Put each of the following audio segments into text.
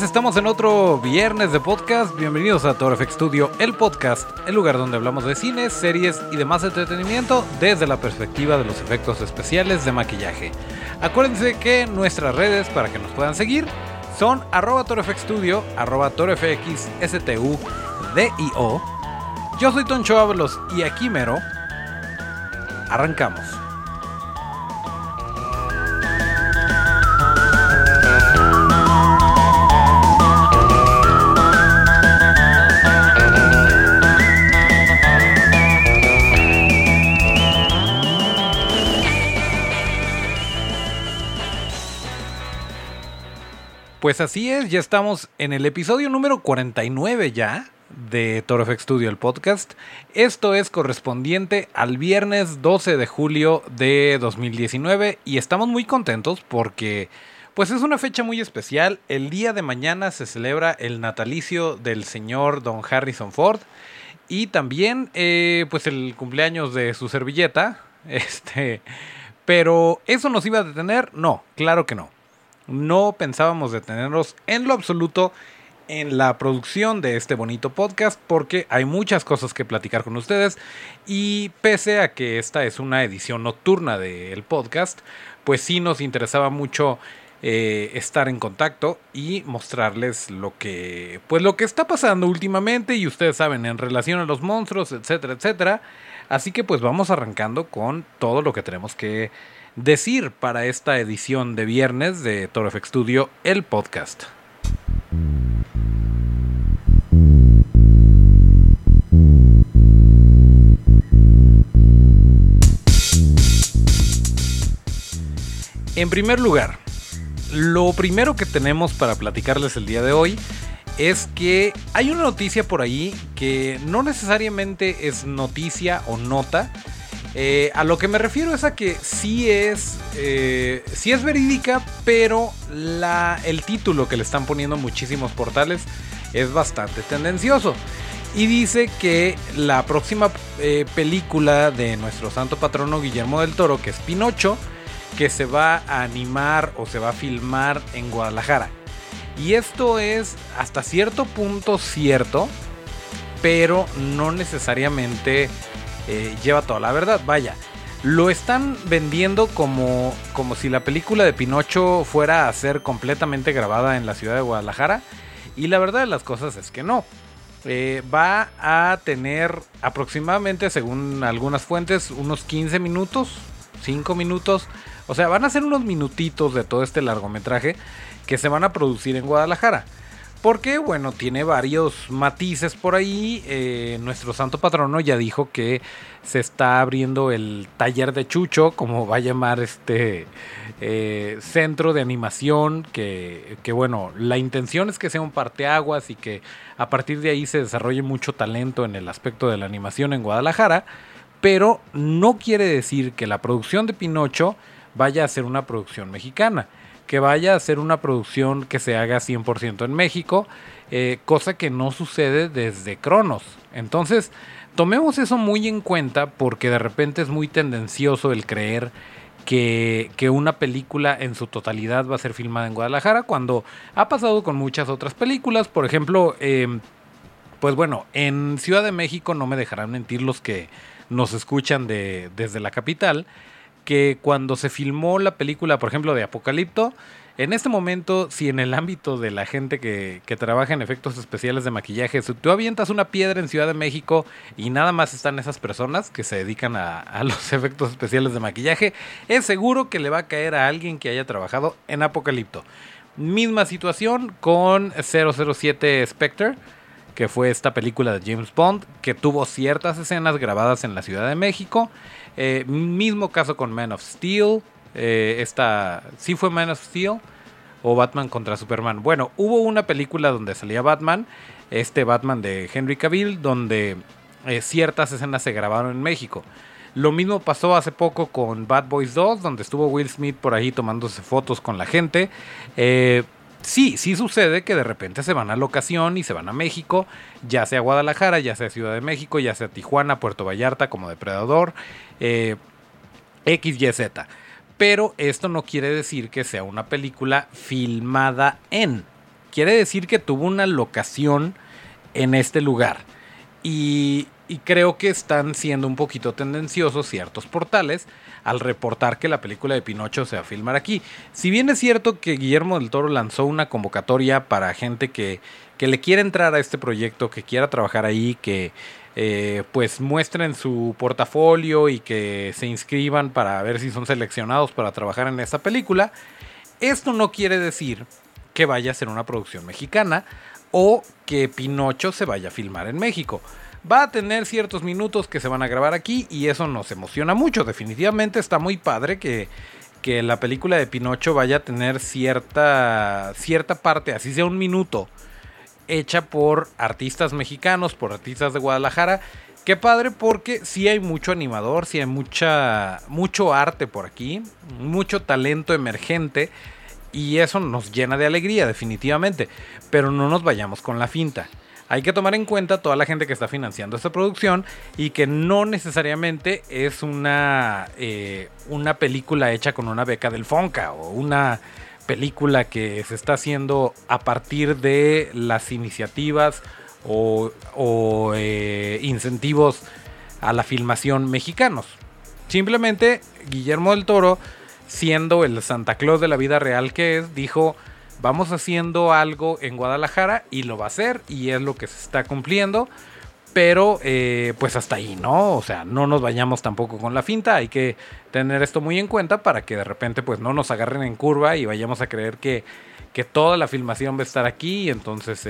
señores, estamos en otro viernes de podcast. Bienvenidos a Toro FX Studio, el podcast, el lugar donde hablamos de cines, series y demás entretenimiento desde la perspectiva de los efectos especiales de maquillaje. Acuérdense que nuestras redes para que nos puedan seguir son @ToroFXstudio, @ToroFXSTUDIO. Yo soy Toncho Ábalos y aquí mero arrancamos. Pues así es, ya estamos en el episodio número 49 ya de Toro FX Studio, el podcast. Esto es correspondiente al viernes 12 de julio de 2019 y estamos muy contentos porque pues es una fecha muy especial. El día de mañana se celebra el natalicio del señor Don Harrison Ford y también pues el cumpleaños de su servilleta. Pero ¿eso nos iba a detener? No, claro que no. No pensábamos detenernos en lo absoluto en la producción de este bonito podcast porque hay muchas cosas que platicar con ustedes y pese a que esta es una edición nocturna del podcast, pues sí nos interesaba mucho estar en contacto y mostrarles lo que está pasando últimamente y ustedes saben en relación a los monstruos, etcétera, etcétera. Así que pues vamos arrancando con todo lo que tenemos que decir para esta edición de viernes de Toro FX Studio, el podcast. En primer lugar, lo primero que tenemos para platicarles el día de hoy es que hay una noticia por ahí que no necesariamente es noticia o nota. A lo que me refiero es a que sí es verídica, pero el título que le están poniendo muchísimos portales es bastante tendencioso. Y dice que la próxima película de nuestro santo patrono Guillermo del Toro, que es Pinocho, que se va a animar o se va a filmar en Guadalajara. Y esto es hasta cierto punto cierto, pero no necesariamente lleva toda la verdad. Vaya, lo están vendiendo como si la película de Pinocho fuera a ser completamente grabada en la ciudad de Guadalajara, y la verdad de las cosas es que no. Va a tener aproximadamente, según algunas fuentes, unos 15 minutos, 5 minutos, o sea, van a ser unos minutitos de todo este largometraje que se van a producir en Guadalajara. Porque, bueno, tiene varios matices por ahí. Nuestro santo patrono ya dijo que se está abriendo el taller de Chucho, como va a llamar este centro de animación. Que, bueno, la intención es que sea un parteaguas y que a partir de ahí se desarrolle mucho talento en el aspecto de la animación en Guadalajara. Pero no quiere decir que la producción de Pinocho vaya a ser una producción mexicana, que vaya a ser una producción que se haga 100% en México, cosa que no sucede desde Cronos. Entonces, tomemos eso muy en cuenta porque de repente es muy tendencioso el creer que una película en su totalidad va a ser filmada en Guadalajara, cuando ha pasado con muchas otras películas. Por ejemplo, pues bueno, en Ciudad de México no me dejarán mentir los que nos escuchan desde la capital, que cuando se filmó la película, por ejemplo, de Apocalipto, en este momento, si en el ámbito de la gente que trabaja en efectos especiales de maquillaje, si tú avientas una piedra en Ciudad de México y nada más están esas personas que se dedican a los efectos especiales de maquillaje, es seguro que le va a caer a alguien que haya trabajado en Apocalipto. Misma situación con 007 Spectre, que fue esta película de James Bond, que tuvo ciertas escenas grabadas en la Ciudad de México. Mismo caso con Man of Steel. ¿Sí fue Man of Steel? ¿O Batman contra Superman? Bueno, hubo una película donde salía Batman, Batman de Henry Cavill, donde ciertas escenas se grabaron en México. Lo mismo pasó hace poco con Bad Boys 2, donde estuvo Will Smith por ahí tomándose fotos con la gente. Sí sucede que de repente se van a locación y se van a México, ya sea Guadalajara, ya sea Ciudad de México, ya sea Tijuana, Puerto Vallarta como Depredador, XYZ. Pero esto no quiere decir que sea una película filmada en. quiere decir que tuvo una locación en este lugar. Y creo que están siendo un poquito tendenciosos ciertos portales al reportar que la película de Pinocho se va a filmar aquí. Si bien es cierto que Guillermo del Toro lanzó una convocatoria para gente que le quiera entrar a este proyecto, que quiera trabajar ahí, que pues muestren su portafolio y que se inscriban para ver si son seleccionados para trabajar en esta película, esto no quiere decir que vaya a ser una producción mexicana o que Pinocho se vaya a filmar en México. Va a tener ciertos minutos que se van a grabar aquí y eso nos emociona mucho. Definitivamente está muy padre que la película de Pinocho vaya a tener cierta parte, así sea un minuto, hecha por artistas mexicanos, por artistas de Guadalajara. Qué padre, porque sí hay mucho animador, sí hay mucho arte por aquí, mucho talento emergente. Y eso nos llena de alegría, definitivamente. Pero no nos vayamos con la finta. Hay que tomar en cuenta toda la gente que está financiando esta producción y que no necesariamente es una película hecha con una beca del Fonca o una película que se está haciendo a partir de las iniciativas o incentivos a la filmación mexicanos. Simplemente Guillermo del Toro, siendo el Santa Claus de la vida real que es, dijo: vamos haciendo algo en Guadalajara y lo va a hacer, y es lo que se está cumpliendo. Pero pues hasta ahí, ¿no? O sea, no nos vayamos tampoco con la finta. Hay que tener esto muy en cuenta para que de repente pues no nos agarren en curva y vayamos a creer que toda la filmación va a estar aquí. Entonces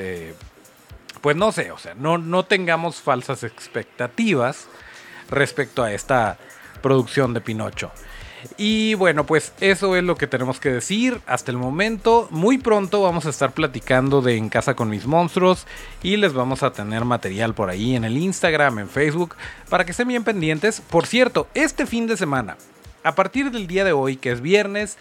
pues no sé, o sea, no tengamos falsas expectativas respecto a esta producción de Pinocho. Y bueno, pues eso es lo que tenemos que decir hasta el momento. Muy pronto vamos a estar platicando de En Casa con Mis Monstruos y les vamos a tener material por ahí en el Instagram, en Facebook, para que estén bien pendientes. Por cierto, este fin de semana, a partir del día de hoy, que es viernes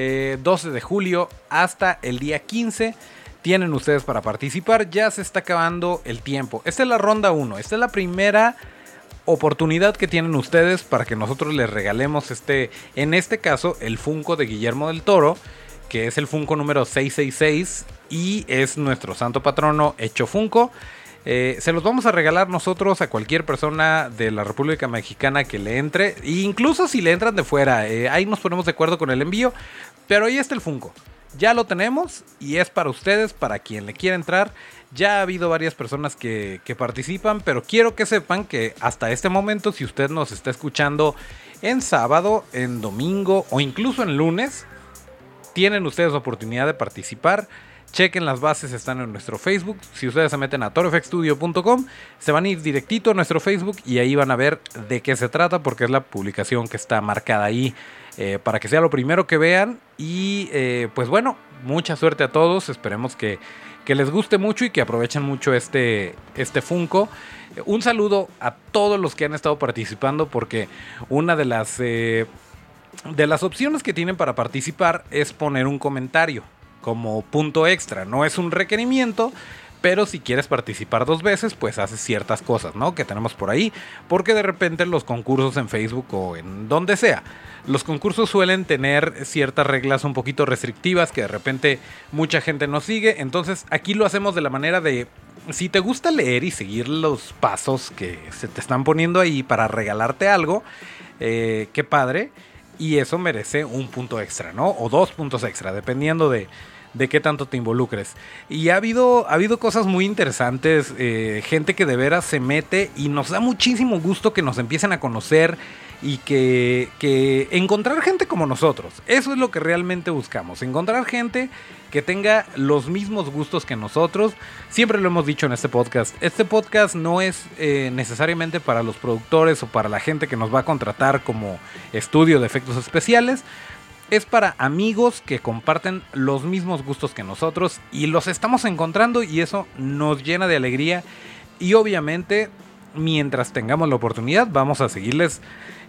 12 de julio, hasta el día 15, tienen ustedes para participar. Ya se está acabando el tiempo. Esta es la ronda 1, esta es la primera oportunidad que tienen ustedes para que nosotros les regalemos en este caso, el Funko de Guillermo del Toro, que es el Funko número 666 y es nuestro santo patrono hecho Funko. Se los vamos a regalar nosotros a cualquier persona de la República Mexicana que le entre, e incluso si le entran de fuera, ahí nos ponemos de acuerdo con el envío, pero ahí está el Funko. Ya lo tenemos y es para ustedes, para quien le quiera entrar. Ya ha habido varias personas que participan, pero quiero que sepan que hasta este momento, si usted nos está escuchando en sábado, en domingo o incluso en lunes, tienen ustedes la oportunidad de participar. Chequen, las bases están en nuestro Facebook. Si ustedes se meten a torofxstudio.com, se van a ir directito a nuestro Facebook y ahí van a ver de qué se trata, porque es la publicación que está marcada ahí, para que sea lo primero que vean. Y pues bueno, mucha suerte a todos. Esperemos que les guste mucho y que aprovechen mucho este Funko. Un saludo a todos los que han estado participando, porque una de las opciones que tienen para participar es poner un comentario como punto extra. No es un requerimiento, pero si quieres participar 2 veces, pues haces ciertas cosas, ¿no? Que tenemos por ahí, porque de repente los concursos en Facebook o en donde sea, los concursos suelen tener ciertas reglas un poquito restrictivas que de repente mucha gente no sigue. Entonces aquí lo hacemos de la manera de: si te gusta leer y seguir los pasos que se te están poniendo ahí para regalarte algo, qué padre. Y eso merece un punto extra, ¿no? O 2 puntos extra, dependiendo de qué tanto te involucres. Y ha habido cosas muy interesantes, gente que de veras se mete, y nos da muchísimo gusto que nos empiecen a conocer y que encontrar gente como nosotros. Eso es lo que realmente buscamos, encontrar gente que tenga los mismos gustos que nosotros. Siempre lo hemos dicho en este podcast. Este podcast no es necesariamente para los productores o para la gente que nos va a contratar como estudio de efectos especiales. Es para amigos que comparten los mismos gustos que nosotros, y los estamos encontrando, y eso nos llena de alegría. Y obviamente, mientras tengamos la oportunidad, vamos a seguirles,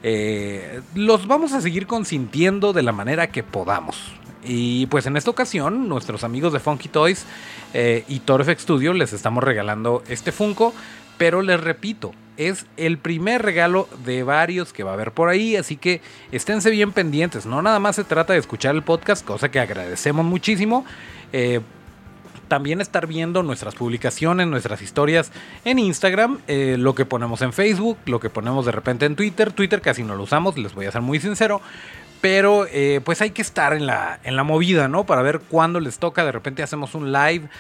los vamos a seguir consintiendo de la manera que podamos. Y pues en esta ocasión, nuestros amigos de Funky Toys y Torofx Studio les estamos regalando este Funko. Pero les repito, es el primer regalo de varios que va a haber por ahí, así que esténse bien pendientes. No nada más se trata de escuchar el podcast, cosa que agradecemos muchísimo, también estar viendo nuestras publicaciones, nuestras historias en Instagram, lo que ponemos en Facebook, lo que ponemos de repente en Twitter. Twitter casi no lo usamos, les voy a ser muy sincero. Pero pues hay que estar en la movida, ¿no? Para ver cuándo les toca. De repente hacemos un live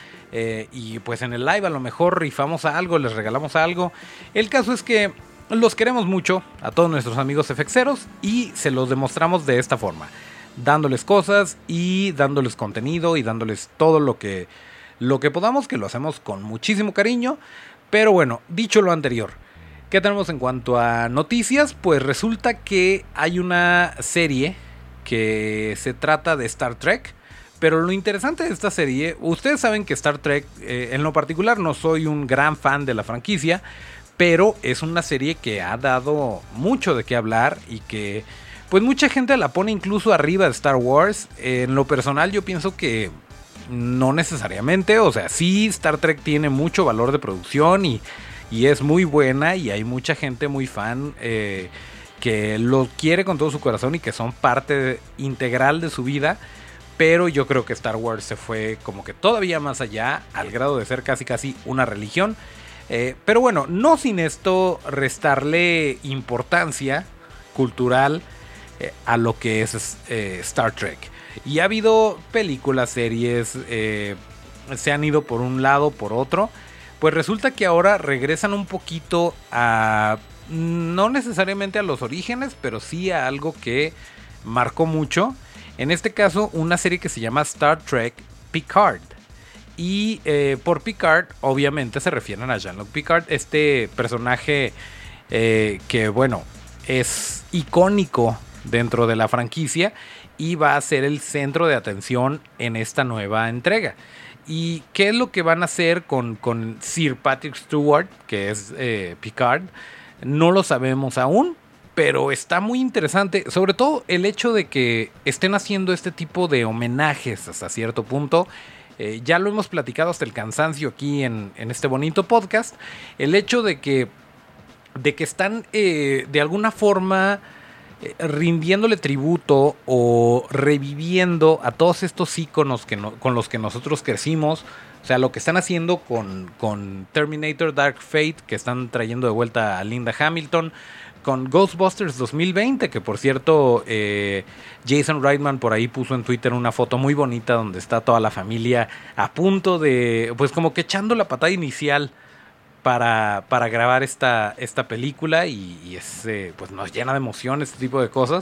y pues en el live a lo mejor rifamos algo, les regalamos algo. El caso es que los queremos mucho a todos nuestros amigos FXeros y se los demostramos de esta forma. Dándoles cosas y dándoles contenido y dándoles todo lo que podamos, que lo hacemos con muchísimo cariño. Pero bueno, dicho lo anterior, ¿qué tenemos en cuanto a noticias? Pues resulta que hay una serie que se trata de Star Trek. Pero lo interesante de esta serie, ustedes saben que Star Trek, en lo particular no soy un gran fan de la franquicia, pero es una serie que ha dado mucho de qué hablar y que pues mucha gente la pone incluso arriba de Star Wars. En lo personal yo pienso que no necesariamente, o sea, sí Star Trek tiene mucho valor de producción y es muy buena y hay mucha gente muy fan que lo quiere con todo su corazón y que son parte integral de su vida. Pero yo creo que Star Wars se fue como que todavía más allá, al grado de ser casi una religión. Pero bueno, no sin esto restarle importancia cultural a lo que es Star Trek. Y ha habido películas, series, se han ido por un lado, por otro. Pues resulta que ahora regresan un poquito a, no necesariamente a los orígenes, pero sí a algo que marcó mucho. En este caso, una serie que se llama Star Trek Picard. Y por Picard, obviamente se refieren a Jean-Luc Picard, este personaje que, bueno, es icónico dentro de la franquicia y va a ser el centro de atención en esta nueva entrega. ¿Y qué es lo que van a hacer con Sir Patrick Stewart, que es Picard? No lo sabemos aún, pero está muy interesante. Sobre todo el hecho de que estén haciendo este tipo de homenajes hasta cierto punto. Ya lo hemos platicado hasta el cansancio aquí en este bonito podcast. El hecho de que están de alguna forma rindiéndole tributo o reviviendo a todos estos íconos con los que nosotros crecimos. O sea, lo que están haciendo con Terminator Dark Fate, que están trayendo de vuelta a Linda Hamilton, con Ghostbusters 2020, que por cierto Jason Reitman por ahí puso en Twitter una foto muy bonita donde está toda la familia a punto de, pues como que echando la patada inicial para grabar esta película y pues nos llena de emoción este tipo de cosas.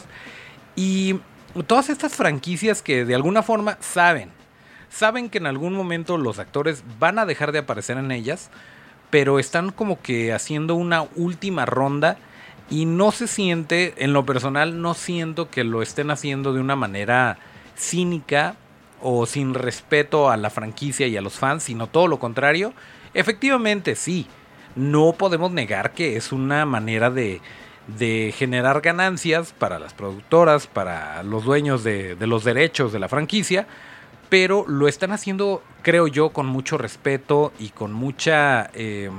Y todas estas franquicias que de alguna forma saben que en algún momento los actores van a dejar de aparecer en ellas, pero están como que haciendo una última ronda y no se siente, en lo personal no siento que lo estén haciendo de una manera cínica o sin respeto a la franquicia y a los fans, sino todo lo contrario. Efectivamente, sí, no podemos negar que es una manera de generar ganancias para las productoras, para los dueños de los derechos de la franquicia, pero lo están haciendo, creo yo, con mucho respeto y con mucha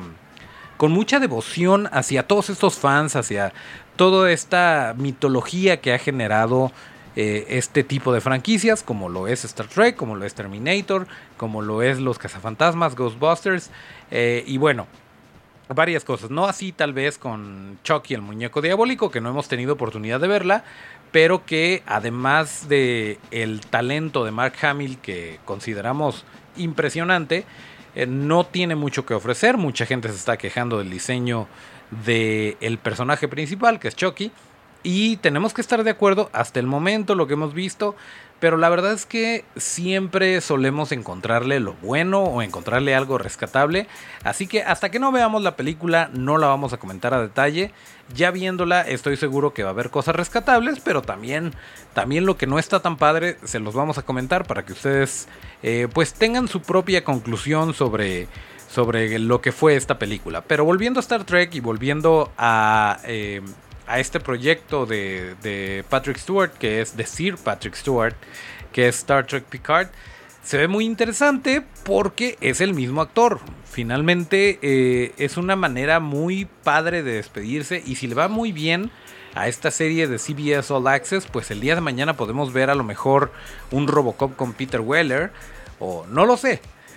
devoción hacia todos estos fans, hacia toda esta mitología que ha generado este tipo de franquicias, como lo es Star Trek, como lo es Terminator, como lo es Los Cazafantasmas, Ghostbusters, y bueno, varias cosas. No así tal vez con Chucky, el muñeco diabólico, que no hemos tenido oportunidad de verla, pero que además de el talento de Mark Hamill, que consideramos impresionante, no tiene mucho que ofrecer. Mucha gente se está quejando del diseño del personaje principal, que es Chucky, y tenemos que estar de acuerdo hasta el momento, lo que hemos visto, pero la verdad es que siempre solemos encontrarle lo bueno o encontrarle algo rescatable, así que hasta que no veamos la película no la vamos a comentar a detalle. Ya viéndola estoy seguro que va a haber cosas rescatables, pero también lo que no está tan padre se los vamos a comentar para que ustedes pues tengan su propia conclusión sobre lo que fue esta película. Pero volviendo a Star Trek y volviendo a este proyecto de Patrick Stewart, que es de Sir Patrick Stewart, que es Star Trek Picard, se ve muy interesante porque es el mismo actor. Finalmente es una manera muy padre de despedirse, y si le va muy bien a esta serie de CBS All Access, pues el día de mañana podemos ver a lo mejor un Robocop con Peter Weller, o no lo sé.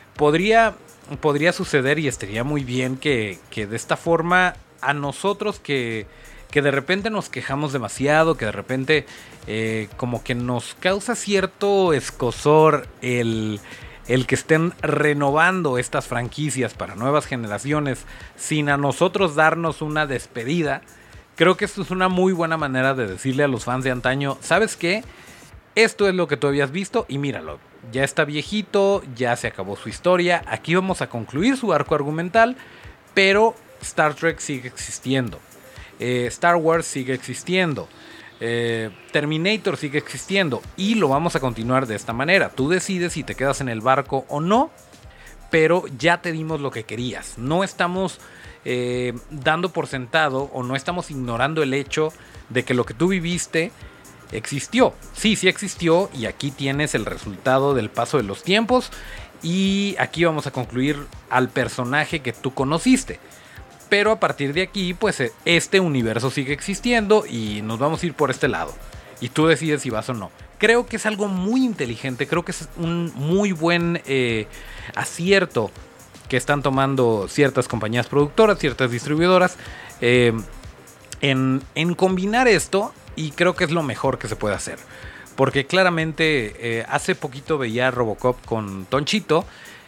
podría suceder y estaría muy bien que de esta forma a nosotros que de repente nos quejamos demasiado, que de repente como que nos causa cierto escozor el que estén renovando estas franquicias para nuevas generaciones sin a nosotros darnos una despedida. Creo que esto es una muy buena manera de decirle a los fans de antaño, ¿sabes qué? Esto es lo que tú habías visto y míralo, ya está viejito, ya se acabó su historia, aquí vamos a concluir su arco argumental, pero Star Trek sigue existiendo, Star Wars sigue existiendo, Terminator sigue existiendo y lo vamos a continuar de esta manera. Tú decides si te quedas en el barco o no, pero ya te dimos lo que querías. No estamos dando por sentado o no estamos ignorando el hecho de que lo que tú viviste existió. Sí existió y aquí tienes el resultado del paso de los tiempos y aquí vamos a concluir al personaje que tú conociste. Pero a partir de aquí, pues este universo sigue existiendo y nos vamos a ir por este lado. Y tú decides si vas o no. Creo que es algo muy inteligente, creo que es un muy buen acierto que están tomando ciertas compañías productoras, ciertas distribuidoras, en combinar esto, y creo que es lo mejor que se puede hacer. Porque claramente hace poquito veía Robocop con Tonchito.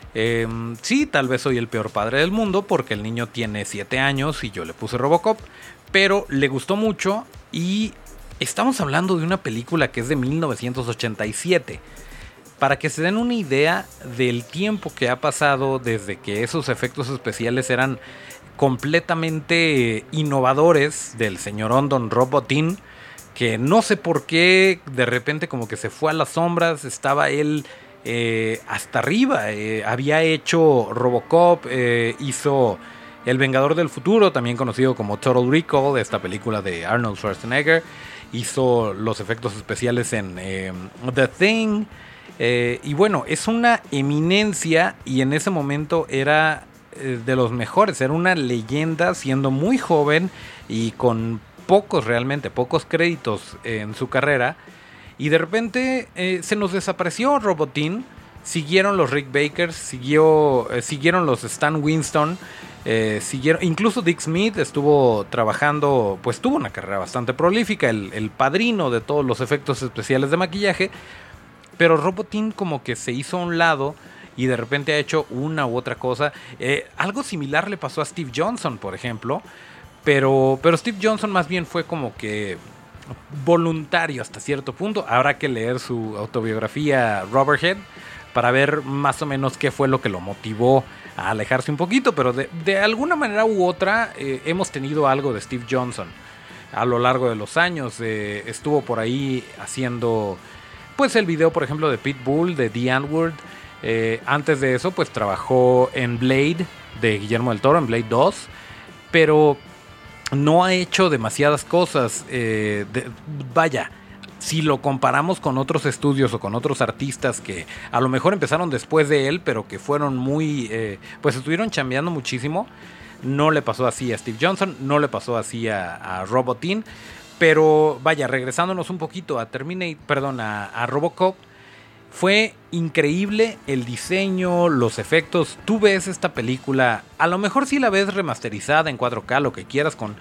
Sí, tal vez soy el peor padre del mundo porque el niño tiene 7 años y yo le puse Robocop, pero le gustó mucho y estamos hablando de una película que es de 1987. Para que se den una idea del tiempo que ha pasado desde que esos efectos especiales eran completamente innovadores del señorón Don Rob Bottin, que no sé por qué de repente como que se fue a las sombras, estaba él hasta arriba, había hecho Robocop, hizo El Vengador del Futuro, también conocido como Total Recall, esta película de Arnold Schwarzenegger, hizo los efectos especiales en The Thing, y bueno, es una eminencia y en ese momento era de los mejores, era una leyenda siendo muy joven y con pocos créditos en su carrera. Y de repente se nos desapareció Robotin. Siguieron los Rick Bakers, siguieron los Stan Winston, incluso Dick Smith estuvo trabajando, pues tuvo una carrera bastante prolífica, el padrino de todos los efectos especiales de maquillaje. Pero Robotin como que se hizo a un lado y de repente ha hecho una u otra cosa. Algo similar le pasó a Steve Johnson, por ejemplo. Pero Steve Johnson más bien fue como que voluntario hasta cierto punto. Habrá que leer su autobiografía Rubberhead para ver más o menos qué fue lo que lo motivó a alejarse un poquito. Pero de alguna manera u otra hemos tenido algo de Steve Johnson a lo largo de los años. Estuvo por ahí haciendo pues el video, por ejemplo, de Pitbull, de The Antwoord. Antes de eso pues trabajó en Blade de Guillermo del Toro, en Blade 2. Pero no ha hecho demasiadas cosas. Vaya, si lo comparamos con otros estudios o con otros artistas que a lo mejor empezaron después de él, pero que fueron muy, pues estuvieron chambeando muchísimo. No le pasó así a Steve Johnson, no le pasó así a Robotin. Pero vaya, regresándonos un poquito a a Robocop. Fue increíble el diseño, los efectos. Tú ves esta película, a lo mejor sí la ves remasterizada en 4K, lo que quieras, con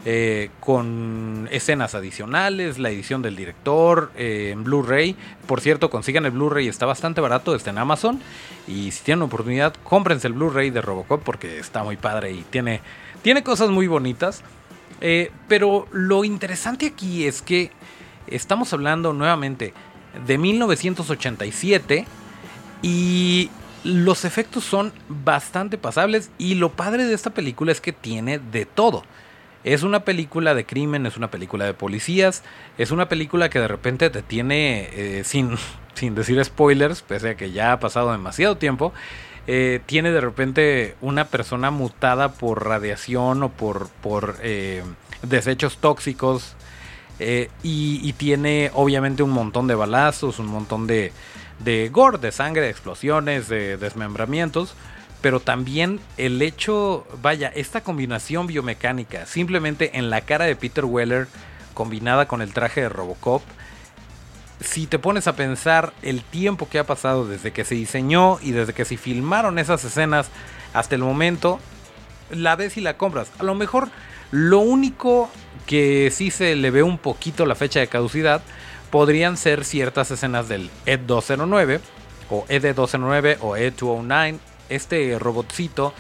escenas adicionales, la edición del director, en Blu-ray. Por cierto, consigan el Blu-ray, está bastante barato, está en Amazon. Y si tienen oportunidad, cómprense el Blu-ray de Robocop porque está muy padre y tiene cosas muy bonitas. Pero lo interesante aquí es que estamos hablando nuevamente de 1987 y los efectos son bastante pasables y lo padre de esta película es que tiene de todo. Es una película de crimen, es una película de policías, es una película que de repente te tiene, sin decir spoilers, pese a que ya ha pasado demasiado tiempo, tiene de repente una persona mutada por radiación o por desechos tóxicos. Y tiene obviamente un montón de balazos, un montón de gore, de sangre, de explosiones, de desmembramientos. Pero también el hecho, vaya, esta combinación biomecánica, simplemente en la cara de Peter Weller, combinada con el traje de Robocop, si te pones a pensar el tiempo que ha pasado desde que se diseñó y desde que se filmaron esas escenas hasta el momento, la ves y la compras. A lo mejor lo único que sí se le ve un poquito la fecha de caducidad podrían ser ciertas escenas del Ed-209 o Ed-209 o Ed-209, este robotcito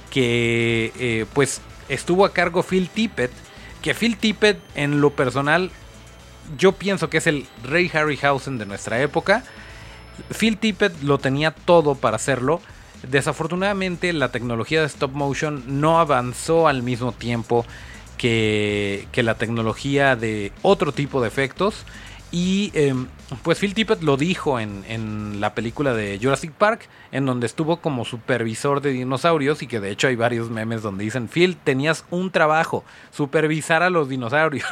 que pues estuvo a cargo Phil Tippett, que Phil Tippett en lo personal yo pienso que es el Ray Harryhausen de nuestra época. Phil Tippett lo tenía todo para hacerlo. Desafortunadamente la tecnología de stop motion no avanzó al mismo tiempo que la tecnología de otro tipo de efectos. Y pues Phil Tippett lo dijo en la película de Jurassic Park, en donde estuvo como supervisor de dinosaurios, y que de hecho hay varios memes donde dicen: Phil, tenías un trabajo, supervisar a los dinosaurios.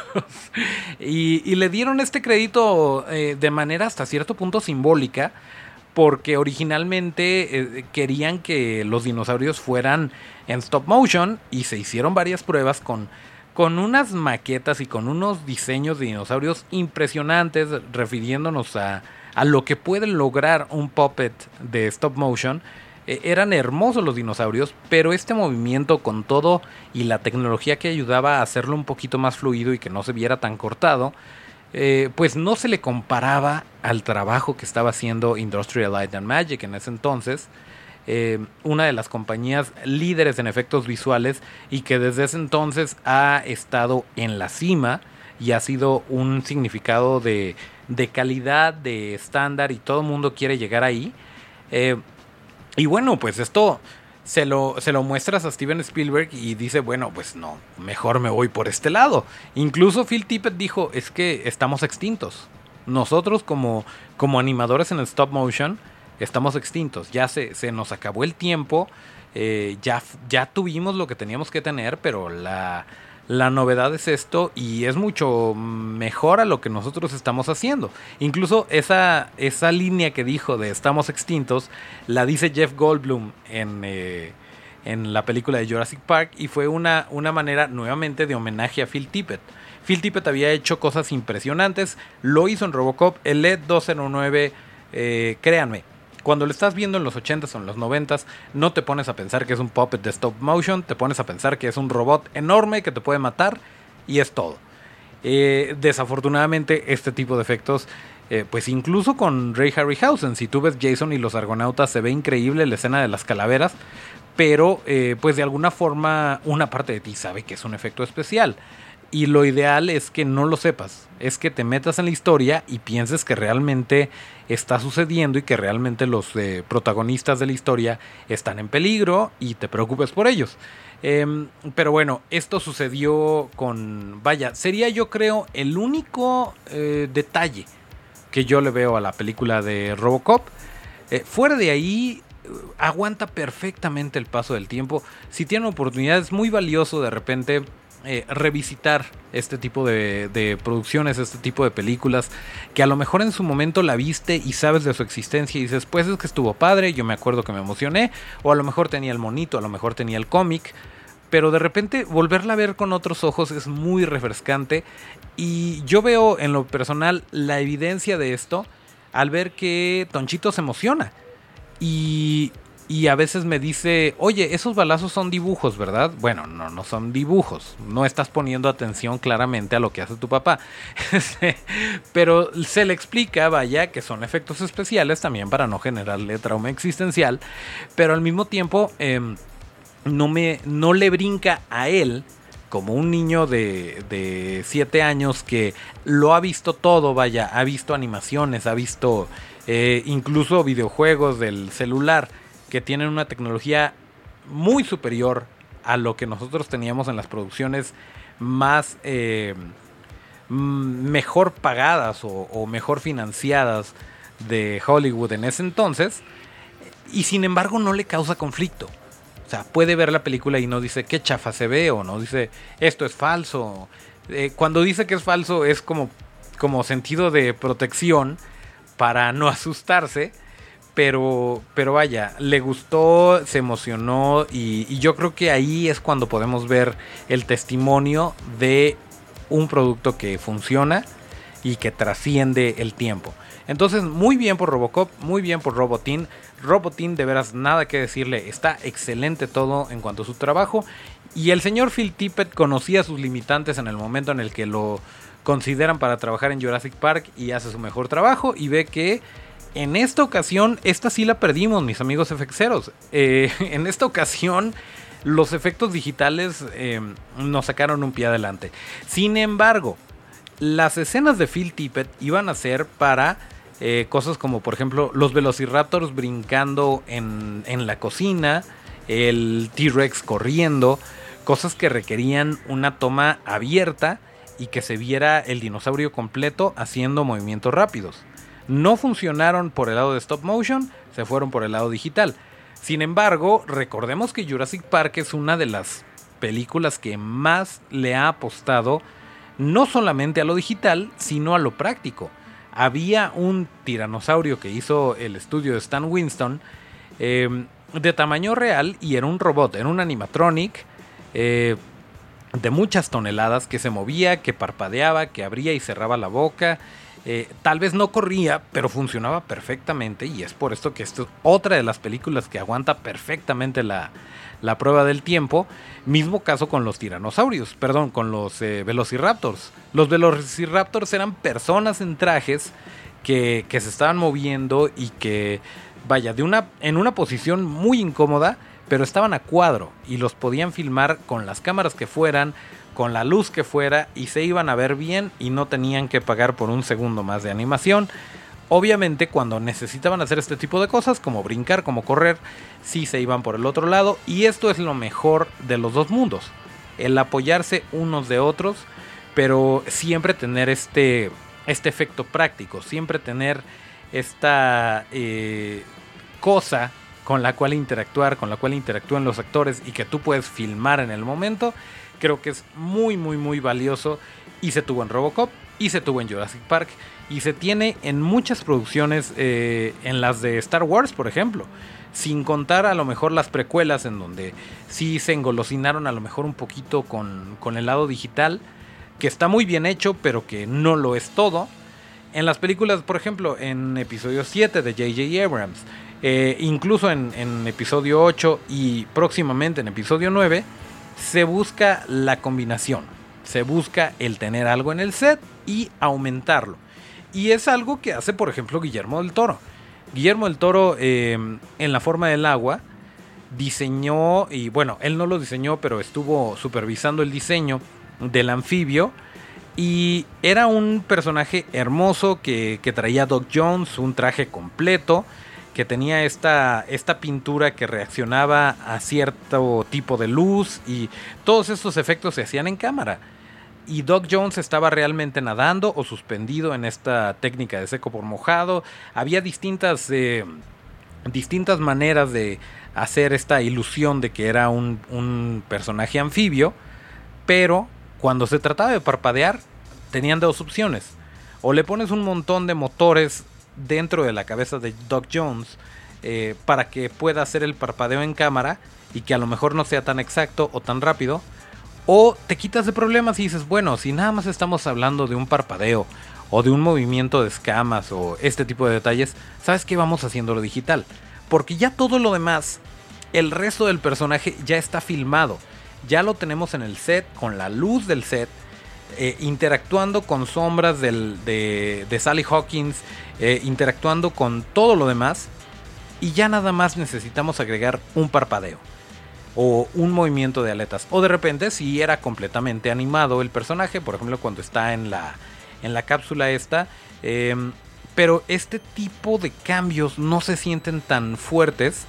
y le dieron este crédito de manera hasta cierto punto simbólica, porque originalmente querían que los dinosaurios fueran en stop motion, y se hicieron varias pruebas con unas maquetas y con unos diseños de dinosaurios impresionantes, refiriéndonos a lo que puede lograr un puppet de stop motion. Eran hermosos los dinosaurios, pero este movimiento con todo y la tecnología que ayudaba a hacerlo un poquito más fluido y que no se viera tan cortado, pues no se le comparaba al trabajo que estaba haciendo Industrial Light and Magic en ese entonces. Una de las compañías líderes en efectos visuales, y que desde ese entonces ha estado en la cima y ha sido un significado de calidad, de estándar, y todo el mundo quiere llegar ahí. Y bueno, pues esto se lo muestras a Steven Spielberg y dice: bueno, pues no, mejor me voy por este lado. Incluso Phil Tippett dijo: es que estamos extintos. Nosotros como animadores en el stop motion estamos extintos, ya se nos acabó el tiempo, ya tuvimos lo que teníamos que tener, pero la novedad es esto, y es mucho mejor a lo que nosotros estamos haciendo. Incluso esa línea que dijo de estamos extintos, la dice Jeff Goldblum en la película de Jurassic Park, y fue una manera nuevamente de homenaje a Phil Tippett. Phil Tippett había hecho cosas impresionantes, lo hizo en Robocop, el Ed-209, créanme, cuando lo estás viendo en los 80s o en los 90s, no te pones a pensar que es un puppet de stop motion, te pones a pensar que es un robot enorme que te puede matar, y es todo. Desafortunadamente este tipo de efectos, pues incluso con Ray Harryhausen, si tú ves Jason y los Argonautas, se ve increíble la escena de las calaveras, pero pues de alguna forma una parte de ti sabe que es un efecto especial. Y lo ideal es que no lo sepas, es que te metas en la historia y pienses que realmente está sucediendo y que realmente los protagonistas de la historia están en peligro y te preocupes por ellos. Pero bueno, esto sucedió con... Vaya, sería yo creo el único detalle que yo le veo a la película de Robocop. Fuera de ahí, aguanta perfectamente el paso del tiempo. Si tienen oportunidad, es muy valioso de repente revisitar este tipo de producciones, este tipo de películas, que a lo mejor en su momento la viste y sabes de su existencia y dices: pues es que estuvo padre, yo me acuerdo que me emocioné, o a lo mejor tenía el monito, a lo mejor tenía el cómic, pero de repente volverla a ver con otros ojos es muy refrescante. Y yo veo en lo personal la evidencia de esto al ver que Tonchito se emociona y a veces me dice: oye, esos balazos son dibujos, ¿verdad? Bueno, no son dibujos. No estás poniendo atención claramente a lo que hace tu papá. Pero se le explica, vaya, que son efectos especiales también para no generarle trauma existencial. Pero al mismo tiempo, no le brinca a él, como un niño de 7 años que lo ha visto todo, vaya, ha visto animaciones, ha visto incluso videojuegos del celular, que tienen una tecnología muy superior a lo que nosotros teníamos en las producciones más mejor pagadas o mejor financiadas de Hollywood en ese entonces, y sin embargo no le causa conflicto. O sea, puede ver la película y no dice qué chafa se ve, o no dice esto es falso. Cuando dice que es falso es como sentido de protección para no asustarse. Pero vaya, le gustó, se emocionó, y yo creo que ahí es cuando podemos ver el testimonio de un producto que funciona y que trasciende el tiempo. Entonces, muy bien por Robocop, muy bien por Robotin. Robotin, de veras, nada que decirle, está excelente todo en cuanto a su trabajo. Y el señor Phil Tippett conocía sus limitantes en el momento en el que lo consideran para trabajar en Jurassic Park y hace su mejor trabajo y ve que en esta ocasión, esta sí la perdimos, mis amigos FXeros. En esta ocasión, los efectos digitales nos sacaron un pie adelante. Sin embargo, las escenas de Phil Tippett iban a ser para cosas como, por ejemplo, los Velociraptors brincando en la cocina, el T-Rex corriendo, cosas que requerían una toma abierta y que se viera el dinosaurio completo haciendo movimientos rápidos. No funcionaron por el lado de stop motion, se fueron por el lado digital. Sin embargo, recordemos que Jurassic Park es una de las películas que más le ha apostado no solamente a lo digital, sino a lo práctico. Había un tiranosaurio que hizo el estudio de Stan Winston de tamaño real y era un robot, era un animatronic de muchas toneladas que se movía, que parpadeaba, que abría y cerraba la boca. Tal vez no corría, pero funcionaba perfectamente y es por esto que esto es otra de las películas que aguanta perfectamente la prueba del tiempo. Mismo caso con los tiranosaurios, perdón, con los velociraptors. Los velociraptors eran personas en trajes que se estaban moviendo y que, vaya, en una posición muy incómoda, pero estaban a cuadro y los podían filmar con las cámaras que fueran, con la luz que fuera y se iban a ver bien y no tenían que pagar por un segundo más de animación. Obviamente cuando necesitaban hacer este tipo de cosas como brincar, como correr, sí se iban por el otro lado y esto es lo mejor de los dos mundos, el apoyarse unos de otros, pero siempre tener este efecto práctico, siempre tener esta cosa con la cual interactuar, con la cual interactúan los actores y que tú puedes filmar en el momento. Creo que es muy muy muy valioso y se tuvo en Robocop y se tuvo en Jurassic Park y se tiene en muchas producciones, en las de Star Wars por ejemplo, sin contar a lo mejor las precuelas en donde sí se engolosinaron a lo mejor un poquito con el lado digital, que está muy bien hecho pero que no lo es todo. En las películas, por ejemplo, en episodio 7 de J.J. Abrams, incluso en episodio 8 y próximamente en episodio 9, se busca la combinación, se busca el tener algo en el set y aumentarlo. Y es algo que hace, por ejemplo, Guillermo del Toro. Guillermo del Toro, en La forma del agua, diseñó, y bueno, él no lo diseñó, pero estuvo supervisando el diseño del anfibio. Y era un personaje hermoso que traía Doc Jones, un traje completo, que tenía esta pintura que reaccionaba a cierto tipo de luz y todos estos efectos se hacían en cámara. Y Doc Jones estaba realmente nadando o suspendido en esta técnica de seco por mojado. Había distintas maneras de hacer esta ilusión de que era un personaje anfibio, pero cuando se trataba de parpadear tenían dos opciones: o le pones un montón de motores dentro de la cabeza de Doc Jones para que pueda hacer el parpadeo en cámara y que a lo mejor no sea tan exacto o tan rápido, o te quitas de problemas y dices, bueno, si nada más estamos hablando de un parpadeo o de un movimiento de escamas o este tipo de detalles, ¿sabes qué? Vamos haciéndolo digital, porque ya todo lo demás, el resto del personaje ya está filmado, ya lo tenemos en el set, con la luz del set, interactuando con sombras de Sally Hawkins, interactuando con todo lo demás, y ya nada más necesitamos agregar un parpadeo o un movimiento de aletas, o de repente si era completamente animado el personaje, por ejemplo cuando está en la cápsula esta, pero este tipo de cambios no se sienten tan fuertes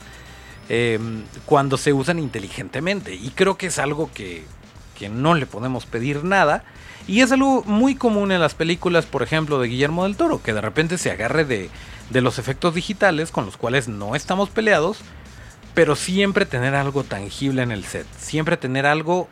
cuando se usan inteligentemente, y creo que es algo que no le podemos pedir nada. Y es algo muy común en las películas, por ejemplo, de Guillermo del Toro, que de repente se agarre de los efectos digitales con los cuales no estamos peleados, pero siempre tener algo tangible en el set, siempre tener algo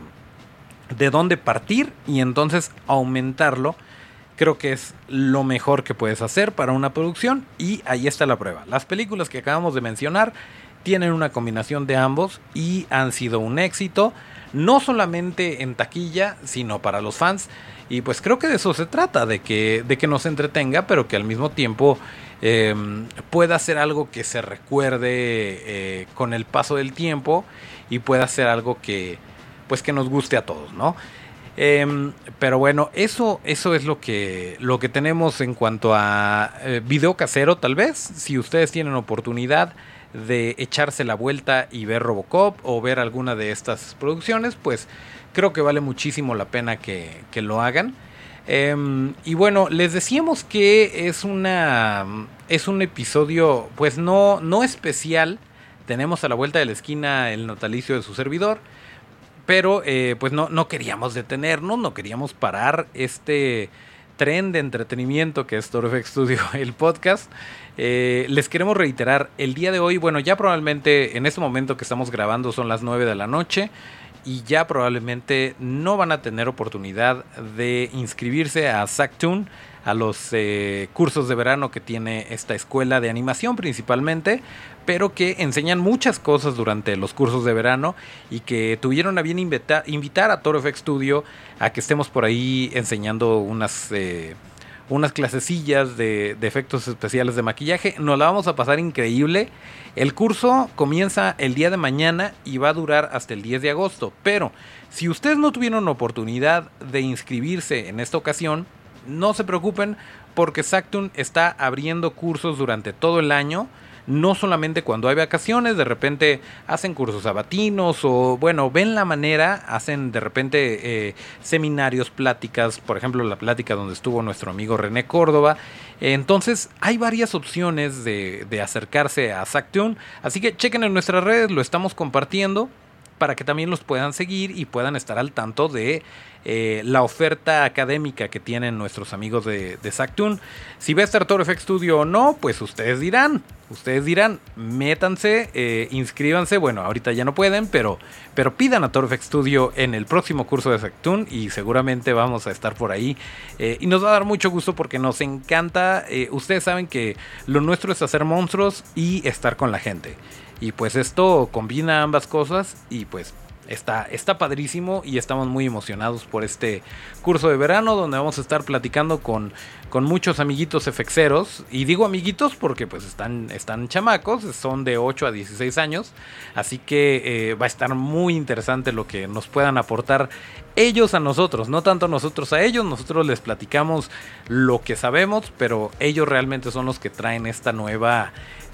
de dónde partir y entonces aumentarlo. Creo que es lo mejor que puedes hacer para una producción y ahí está la prueba. Las películas que acabamos de mencionar tienen una combinación de ambos y han sido un éxito. no solamente en taquilla, sino para los fans. Y pues creo que de eso se trata, de que nos entretenga, pero que al mismo tiempo pueda ser algo que se recuerde con el paso del tiempo y pueda ser algo que nos guste a todos, ¿no? Pero bueno, eso es lo que tenemos en cuanto a video casero. Tal vez si ustedes tienen oportunidad de echarse la vuelta y ver Robocop o ver alguna de estas producciones, pues creo que vale muchísimo la pena que lo hagan. Y bueno, les decíamos que es un episodio pues no especial. Tenemos a la vuelta de la esquina el natalicio de su servidor, pero pues no queríamos detenernos, no queríamos parar este tren de entretenimiento que es Toro FX Studio, el podcast. Les queremos reiterar, el día de hoy, bueno, ya probablemente en este momento que estamos grabando son las 9 de la noche y ya probablemente no van a tener oportunidad de inscribirse a SacToon, a los cursos de verano que tiene esta escuela de animación principalmente, pero que enseñan muchas cosas durante los cursos de verano y que tuvieron a bien invitar a Toro FX Studio a que estemos por ahí enseñando unas clasecillas de efectos especiales de maquillaje. Nos la vamos a pasar increíble. El curso comienza el día de mañana y va a durar hasta el 10 de agosto. Pero si ustedes no tuvieron oportunidad de inscribirse en esta ocasión, no se preocupen porque SacToon está abriendo cursos durante todo el año. No solamente cuando hay vacaciones, de repente hacen cursos sabatinos o bueno, ven la manera, hacen de repente seminarios, pláticas, por ejemplo la plática donde estuvo nuestro amigo René Córdoba. Entonces hay varias opciones de acercarse a SacToon, así que chequen en nuestras redes, lo estamos compartiendo para que también los puedan seguir y puedan estar al tanto de la oferta académica que tienen nuestros amigos de SacToon. Si va a estar Toro FX Studio o no, pues ustedes dirán, métanse, inscríbanse. Bueno, ahorita ya no pueden, pero pidan a Toro FX Studio en el próximo curso de SacToon y seguramente vamos a estar por ahí. Y nos va a dar mucho gusto porque nos encanta. Ustedes saben que lo nuestro es hacer monstruos y estar con la gente. Y pues esto combina ambas cosas y pues está padrísimo y estamos muy emocionados por este curso de verano donde vamos a estar platicando con muchos amiguitos efexeros. Y digo amiguitos porque pues están chamacos, son de 8 a 16 años. Así que va a estar muy interesante lo que nos puedan aportar ellos a nosotros, no tanto nosotros a ellos. Nosotros les platicamos lo que sabemos, pero ellos realmente son los que traen estas nuevas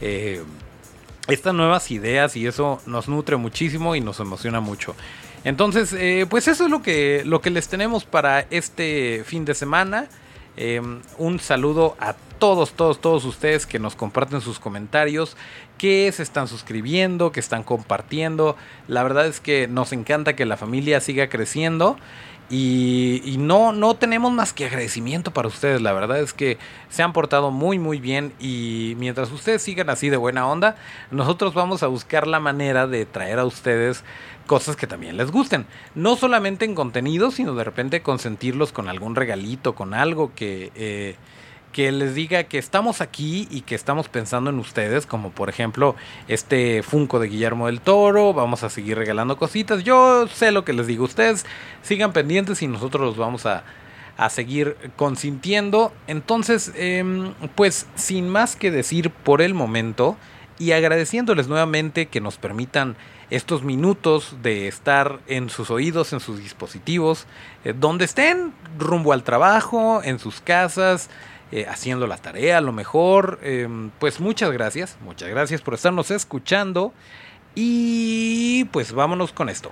ideas y eso nos nutre muchísimo y nos emociona mucho. Entonces, pues eso es lo que les tenemos para este fin de semana. Un saludo a todos ustedes que nos comparten sus comentarios, que se están suscribiendo, que están compartiendo. La verdad es que nos encanta que la familia siga creciendo. Y no tenemos más que agradecimiento para ustedes. La verdad es que se han portado muy muy bien. Y mientras ustedes sigan así de buena onda, nosotros vamos a buscar la manera de traer a ustedes cosas que también les gusten. No solamente en contenido, sino de repente consentirlos con algún regalito, con algo que les diga que estamos aquí y que estamos pensando en ustedes, como por ejemplo este Funko de Guillermo del Toro. Vamos a seguir regalando cositas. Yo sé lo que les digo, ustedes sigan pendientes y nosotros los vamos a seguir consintiendo. Entonces, pues sin más que decir por el momento y agradeciéndoles nuevamente que nos permitan estos minutos de estar en sus oídos, en sus dispositivos, donde estén, rumbo al trabajo, en sus casas, haciendo la tarea a lo mejor. Pues muchas gracias por estarnos escuchando y pues vámonos con esto.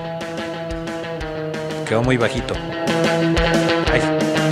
Quedó muy bajito. Ahí.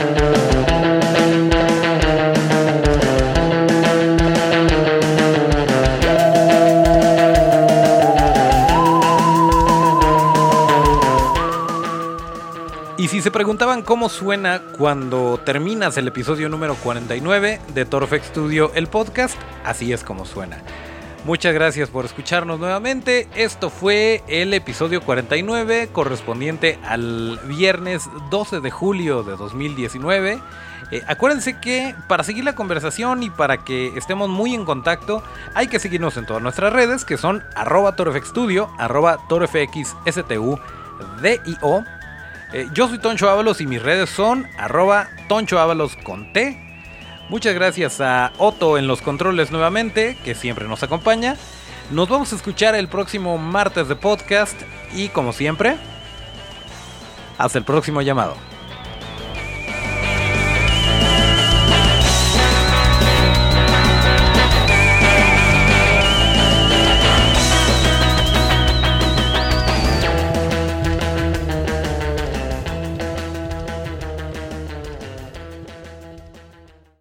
Y si se preguntaban cómo suena cuando terminas el episodio número 49 de Toro FX Studio, el podcast, así es como suena. Muchas gracias por escucharnos nuevamente. Esto fue el episodio 49 correspondiente al viernes 12 de julio de 2019. Acuérdense que para seguir la conversación y para que estemos muy en contacto, hay que seguirnos en todas nuestras redes, que son @ToroFXStudio, @ToroFXSTU, DIO. Yo soy Toncho Ábalos y mis redes son @Toncho Ábalos con T. Muchas gracias a Otto en los controles nuevamente, que siempre nos acompaña. Nos vamos a escuchar el próximo martes de podcast y como siempre, hasta el próximo llamado.